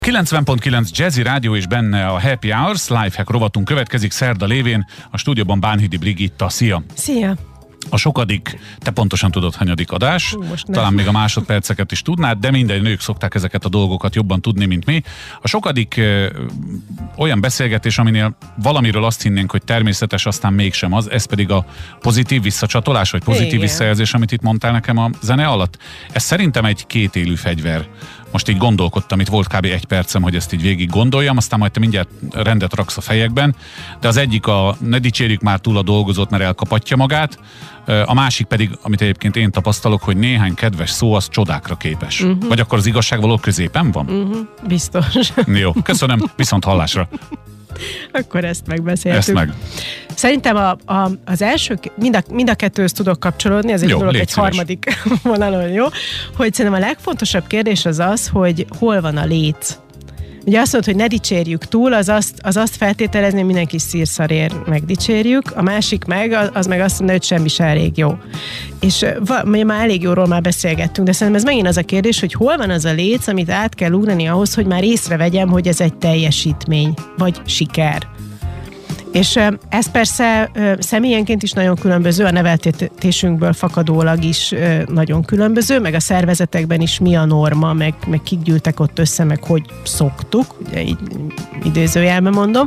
90.9 Jazzy Rádió és benne a Happy Hours, Lifehack rovatunk következik szerda lévén, a stúdióban Bánhidi Brigitta. Szia! Szia! A sokadik, te pontosan tudod, hanyadik adás, talán még a másodperceket is tudnád, de minden nők szokták ezeket a dolgokat jobban tudni, mint mi. A sokadik olyan beszélgetés, aminél valamiről azt hinnénk, hogy természetes, aztán mégsem az, ez pedig a pozitív visszacsatolás, vagy pozitív visszajelzés, amit itt mondtál nekem a zene alatt. Ez szerintem egy kétélű fegyver. Most így gondolkodtam, itt volt kb. 1 percem, hogy ezt így végig gondoljam, aztán majd te mindjárt rendet raksz a fejekben, de az egyik a ne dicsérjük már túl a dolgozót, mert elkapatja magát, a másik pedig, amit egyébként én tapasztalok, hogy néhány kedves szó az csodákra képes. Vagy akkor az igazság való középen van? Biztos. Jó, köszönöm, viszont hallásra. Akkor ezt megbeszéltük. Ezt meg. Szerintem az első, mind a kettőhöz tudok kapcsolódni, ez egy dolog, egy harmadik vonalon, jó? Hogy szerintem a legfontosabb kérdés az, hogy hol van a léc. Ugye azt mondod, hogy ne dicsérjük túl, az azt feltételezni, hogy mindenki szírszarért megdicsérjük, a másik az meg azt mondja, hogy semmi se elég jó. És már elég jóról már beszélgettünk, de szerintem ez megint az a kérdés, hogy hol van az a léc, amit át kell ugrani ahhoz, hogy már észrevegyem, hogy ez egy teljesítmény, vagy siker. És ez persze személyenként is nagyon különböző, a neveltetésünkből fakadólag is nagyon különböző, meg a szervezetekben is mi a norma, meg kik gyűltek ott össze, meg hogy szoktuk, ugye így idézőjelben mondom.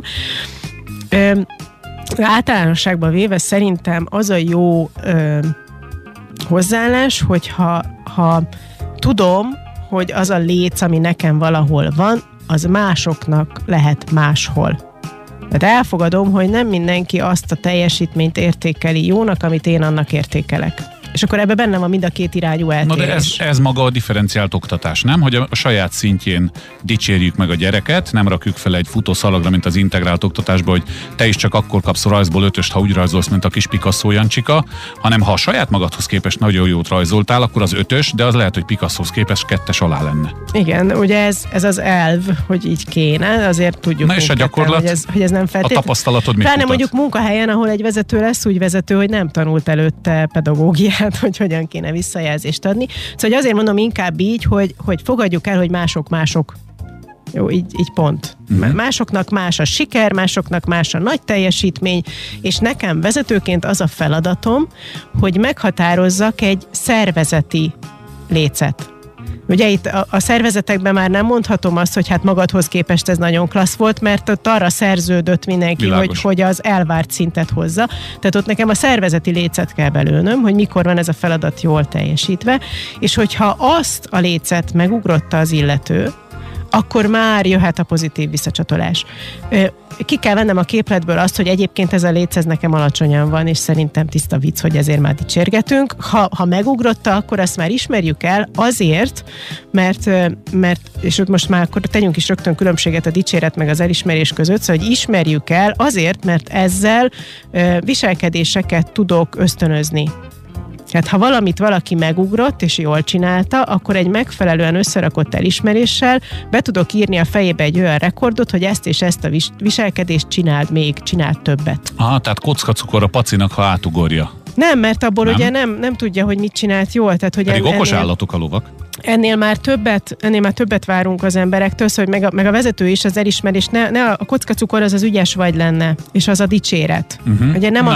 Általánosságban véve szerintem az a jó hozzáállás, hogyha tudom, hogy az a léc, ami nekem valahol van, az másoknak lehet máshol. Tehát elfogadom, hogy nem mindenki azt a teljesítményt értékeli jónak, amit én annak értékelek. És akkor ebben benne van mind a két irányú eltérés. Na de ez maga a differenciált oktatás, nem? Hogy a saját szintjén dicsérjük meg a gyereket, nem rakjuk fel egy futószalagra, mint az integrált oktatásban, hogy te is csak akkor kapsz rajzból 5-öst, ha úgy rajzolsz, mint a kis Picasso Jancsika, hanem ha a saját magadhoz képest nagyon jót rajzoltál, akkor az 5-ös, de az lehet, hogy Picassohoz képest 2-es alá lenne. Igen, ugye ez az elv, hogy így kéne, azért tudjuk. Na és a gyakorlat, hogy ez nem feltétlenül. A tapasztalatod mit mutat? Mondjuk munkahelyen, ahol egy vezető lesz úgy vezető, hogy nem tanult előtte pedagógiát, hogy hogyan kéne visszajelzést adni. Szóval azért mondom inkább így, hogy fogadjuk el, hogy mások. Jó, így pont. Másoknak más a siker, másoknak más a nagy teljesítmény, és nekem vezetőként az a feladatom, hogy meghatározzak egy szervezeti lécet. Ugye itt a szervezetekben már nem mondhatom azt, hogy hát magadhoz képest ez nagyon klassz volt, mert ott arra szerződött mindenki, hogy az elvárt szintet hozza. Tehát ott nekem a szervezeti lécet kell belőnöm, hogy mikor van ez a feladat jól teljesítve, és hogyha azt a lécet megugrotta az illető, akkor már jöhet a pozitív visszacsatolás. Ki kell vennem a képletből azt, hogy egyébként ez a léc, ez nekem alacsonyan van, és szerintem tiszta vicc, hogy ezért már dicsérgetünk. Ha megugrotta, akkor azt már ismerjük el azért, mert és ott most már akkor tegyünk is rögtön különbséget a dicséret meg az elismerés között, szóval hogy ismerjük el azért, mert ezzel viselkedéseket tudok ösztönözni. Tehát ha valamit valaki megugrott és jól csinálta, akkor egy megfelelően összerakott elismeréssel be tudok írni a fejébe egy olyan rekordot, hogy ezt és ezt a viselkedést csináld többet. Aha, tehát kockacukor a pacinak, ha átugorja. Nem, mert abból ugye nem tudja, hogy mit csinált jól. Tehát, hogy pedig okos állatok a lovak. Ennél már többet várunk az emberektől, szóval, hogy meg a vezető is az elismerés, ne a kockacukor az ügyes vagy lenne, és az a dicséret. Ugye nem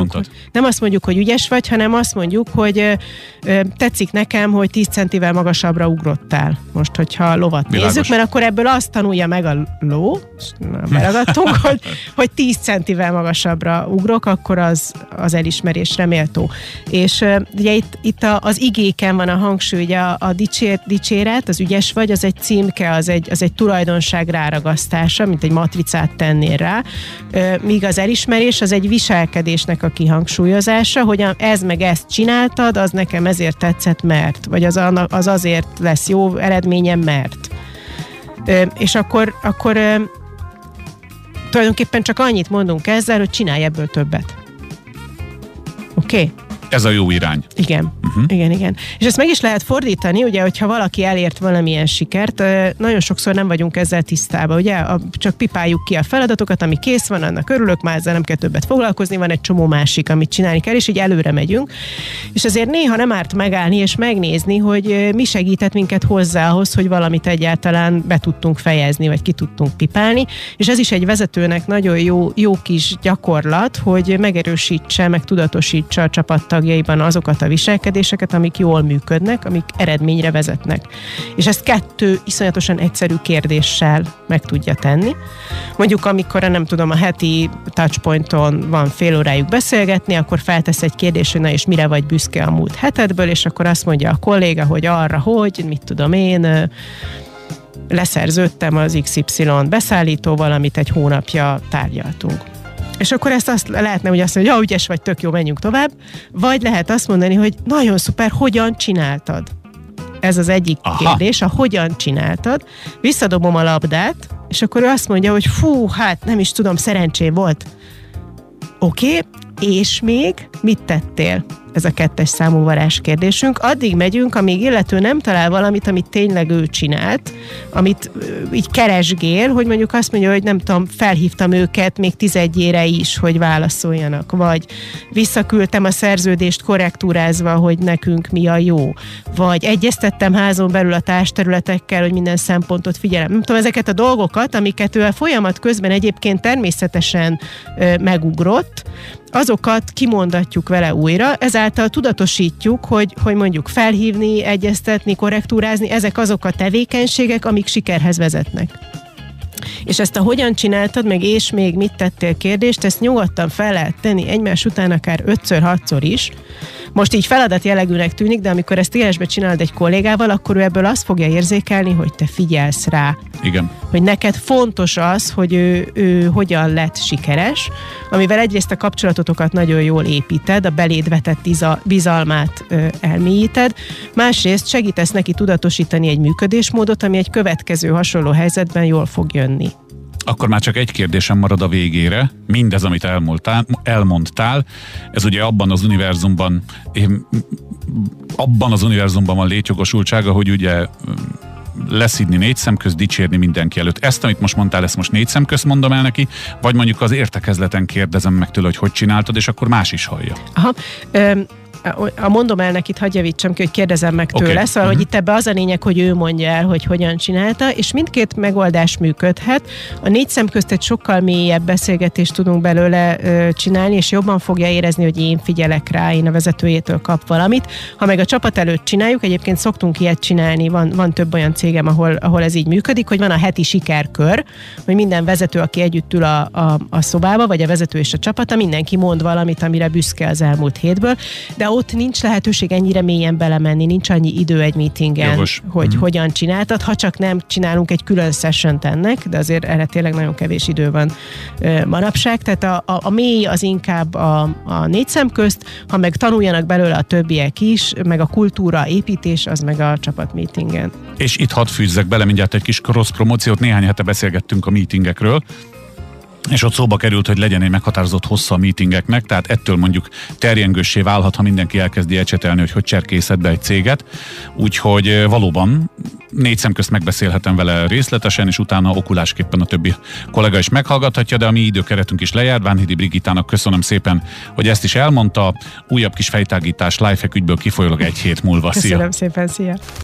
azt mondjuk, hogy ügyes vagy, hanem azt mondjuk, hogy tetszik nekem, hogy 10 centivel magasabbra ugrottál. Most, hogyha a lovat nézzük, mert akkor ebből azt tanulja meg a ló, beragadtunk, hogy 10 centivel magasabbra ugrok, akkor az elismerésre méltó. És ugye itt az igéken van a hangsúly, ugye a dicséret, az ügyes vagy, az egy címke, az egy tulajdonság ráragasztása, mint egy matricát tennél rá, míg az elismerés az egy viselkedésnek a kihangsúlyozása, hogy ez meg ezt csináltad, az nekem ezért tetszett, mert, vagy az azért lesz jó eredményem, mert. És akkor tulajdonképpen csak annyit mondunk ezzel, hogy csinálj ebből többet. Oké? Ez a jó irány. Igen, igen. És ezt meg is lehet fordítani, ugye, hogyha valaki elért valamilyen sikert, nagyon sokszor nem vagyunk ezzel tisztában, ugye, csak pipáljuk ki a feladatokat, ami kész van, annak örülök, már ezzel nem kell többet foglalkozni, van egy csomó másik, amit csinálni kell, és így előre megyünk. És azért néha nem árt megállni és megnézni, hogy mi segített minket hozzá ahhoz, hogy valamit egyáltalán be tudtunk fejezni, vagy ki tudtunk pipálni, és ez is egy vezetőnek nagyon jó kis gyakorlat, hogy megerősítse, meg tudatosítsa a csapattagjaiban azokat a viselkedéseket, amik jól működnek, amik eredményre vezetnek. És ezt 2 iszonyatosan egyszerű kérdéssel meg tudja tenni. Mondjuk, amikor nem tudom, a heti touchpointon van fél órájuk beszélgetni, akkor feltesz egy kérdést, hogy na és mire vagy büszke a múlt hetedből, és akkor azt mondja a kolléga, hogy arra, hogy mit tudom én, leszerződtem az XY beszállítóval, amit egy hónapja tárgyaltunk. És akkor ezt lehetne úgy azt mondani, hogy ügyes vagy, tök jó, menjünk tovább, vagy lehet azt mondani, hogy nagyon szuper, hogyan csináltad? Ez az egyik kérdés, a hogyan csináltad. Visszadobom a labdát, és akkor ő azt mondja, hogy fú, hát nem is tudom, szerencsém volt. Oké, és még mit tettél? Ez a 2-es számú varázskérdésünk. Addig megyünk, amíg illető nem talál valamit, amit tényleg ő csinált, amit így keresgél, hogy mondjuk azt mondja, hogy nem tudom, felhívtam őket még 11-ére is, hogy válaszoljanak, vagy visszaküldtem a szerződést korrektúrázva, hogy nekünk mi a jó, vagy egyeztettem házon belül a társterületekkel, hogy minden szempontot figyelem. Nem tudom, ezeket a dolgokat, amiket ő a folyamat közben egyébként természetesen megugrott, azokat kimondatjuk vele újra, ezáltal tudatosítjuk, hogy mondjuk felhívni, egyeztetni, korrektúrázni, ezek azok a tevékenységek, amik sikerhez vezetnek. És ezt a hogyan csináltad, meg és még mit tettél kérdést, ezt nyugodtan fel lehet tenni egymás után akár 5-6-szor is. Most így feladat jellegűnek tűnik, de amikor ezt élesbe csinálod egy kollégával, akkor ő ebből azt fogja érzékelni, hogy te figyelsz rá. Igen. Hogy neked fontos az, hogy ő hogyan lett sikeres, amivel egyrészt a kapcsolatotokat nagyon jól építed, a beléd vetett bizalmát elmélyíted, másrészt segítesz neki tudatosítani egy működésmódot, ami egy következő hasonló helyzetben jól fog jönni. Akkor már csak egy kérdésem marad a végére. Mindez, amit elmondtál, ez ugye abban az univerzumban van létjogosultsága, hogy ugye leszidni 4 szem közt, dicsérni mindenki előtt. Ezt, amit most mondtál, ezt most 4 szem közt mondom el neki, vagy mondjuk az értekezleten kérdezem meg tőle, hogy csináltad, és akkor más is hallja. Aha. Mondom el nekit, hadd javítsam ki, hogy kérdezem meg tőle, szóval, hogy itt ebbe az a lényeg, hogy ő mondja el, hogy hogyan csinálta, és mindkét megoldás működhet. A 4 szem közt egy sokkal mélyebb beszélgetést tudunk belőle csinálni, és jobban fogja érezni, hogy én figyelek rá, én a vezetőjétől kap valamit. Ha meg a csapat előtt csináljuk, egyébként szoktunk ilyet csinálni, van több olyan cégem, ahol ez így működik, hogy van a heti sikerkör, hogy minden vezető, aki együtt ül a szobába, vagy a vezető és a csapata, mindenki mond valamit, amire büszke az elmúlt hétből, de ott nincs lehetőség ennyire mélyen belemenni, nincs annyi idő egy meetingen, jogos, hogy hogyan csináltad, ha csak nem csinálunk egy külön sessiont ennek, de azért erre tényleg nagyon kevés idő van manapság, tehát a mély az inkább a 4 szem közt, ha meg tanuljanak belőle a többiek is, meg a kultúra építés, az meg a csapat meetingen. És itt hadd fűzzek bele mindjárt egy kis cross promóciót, néhány hete beszélgettünk a meetingekről, és ott szóba került, hogy legyen egy meghatározott hossza a meetingeknek, tehát ettől mondjuk terjengőssé válhat, ha mindenki elkezdi ecsetelni, hogy cserkészed be egy céget. Úgyhogy valóban 4 szem közt megbeszélhetem vele részletesen, és utána okulásképpen a többi kollega is meghallgathatja, de a mi időkeretünk is lejár. Vánhidi Brigittának köszönöm szépen, hogy ezt is elmondta. Újabb kis fejtágítás Lifehack ügyből kifolyólag egy hét múlva. Köszönöm szépen, szia!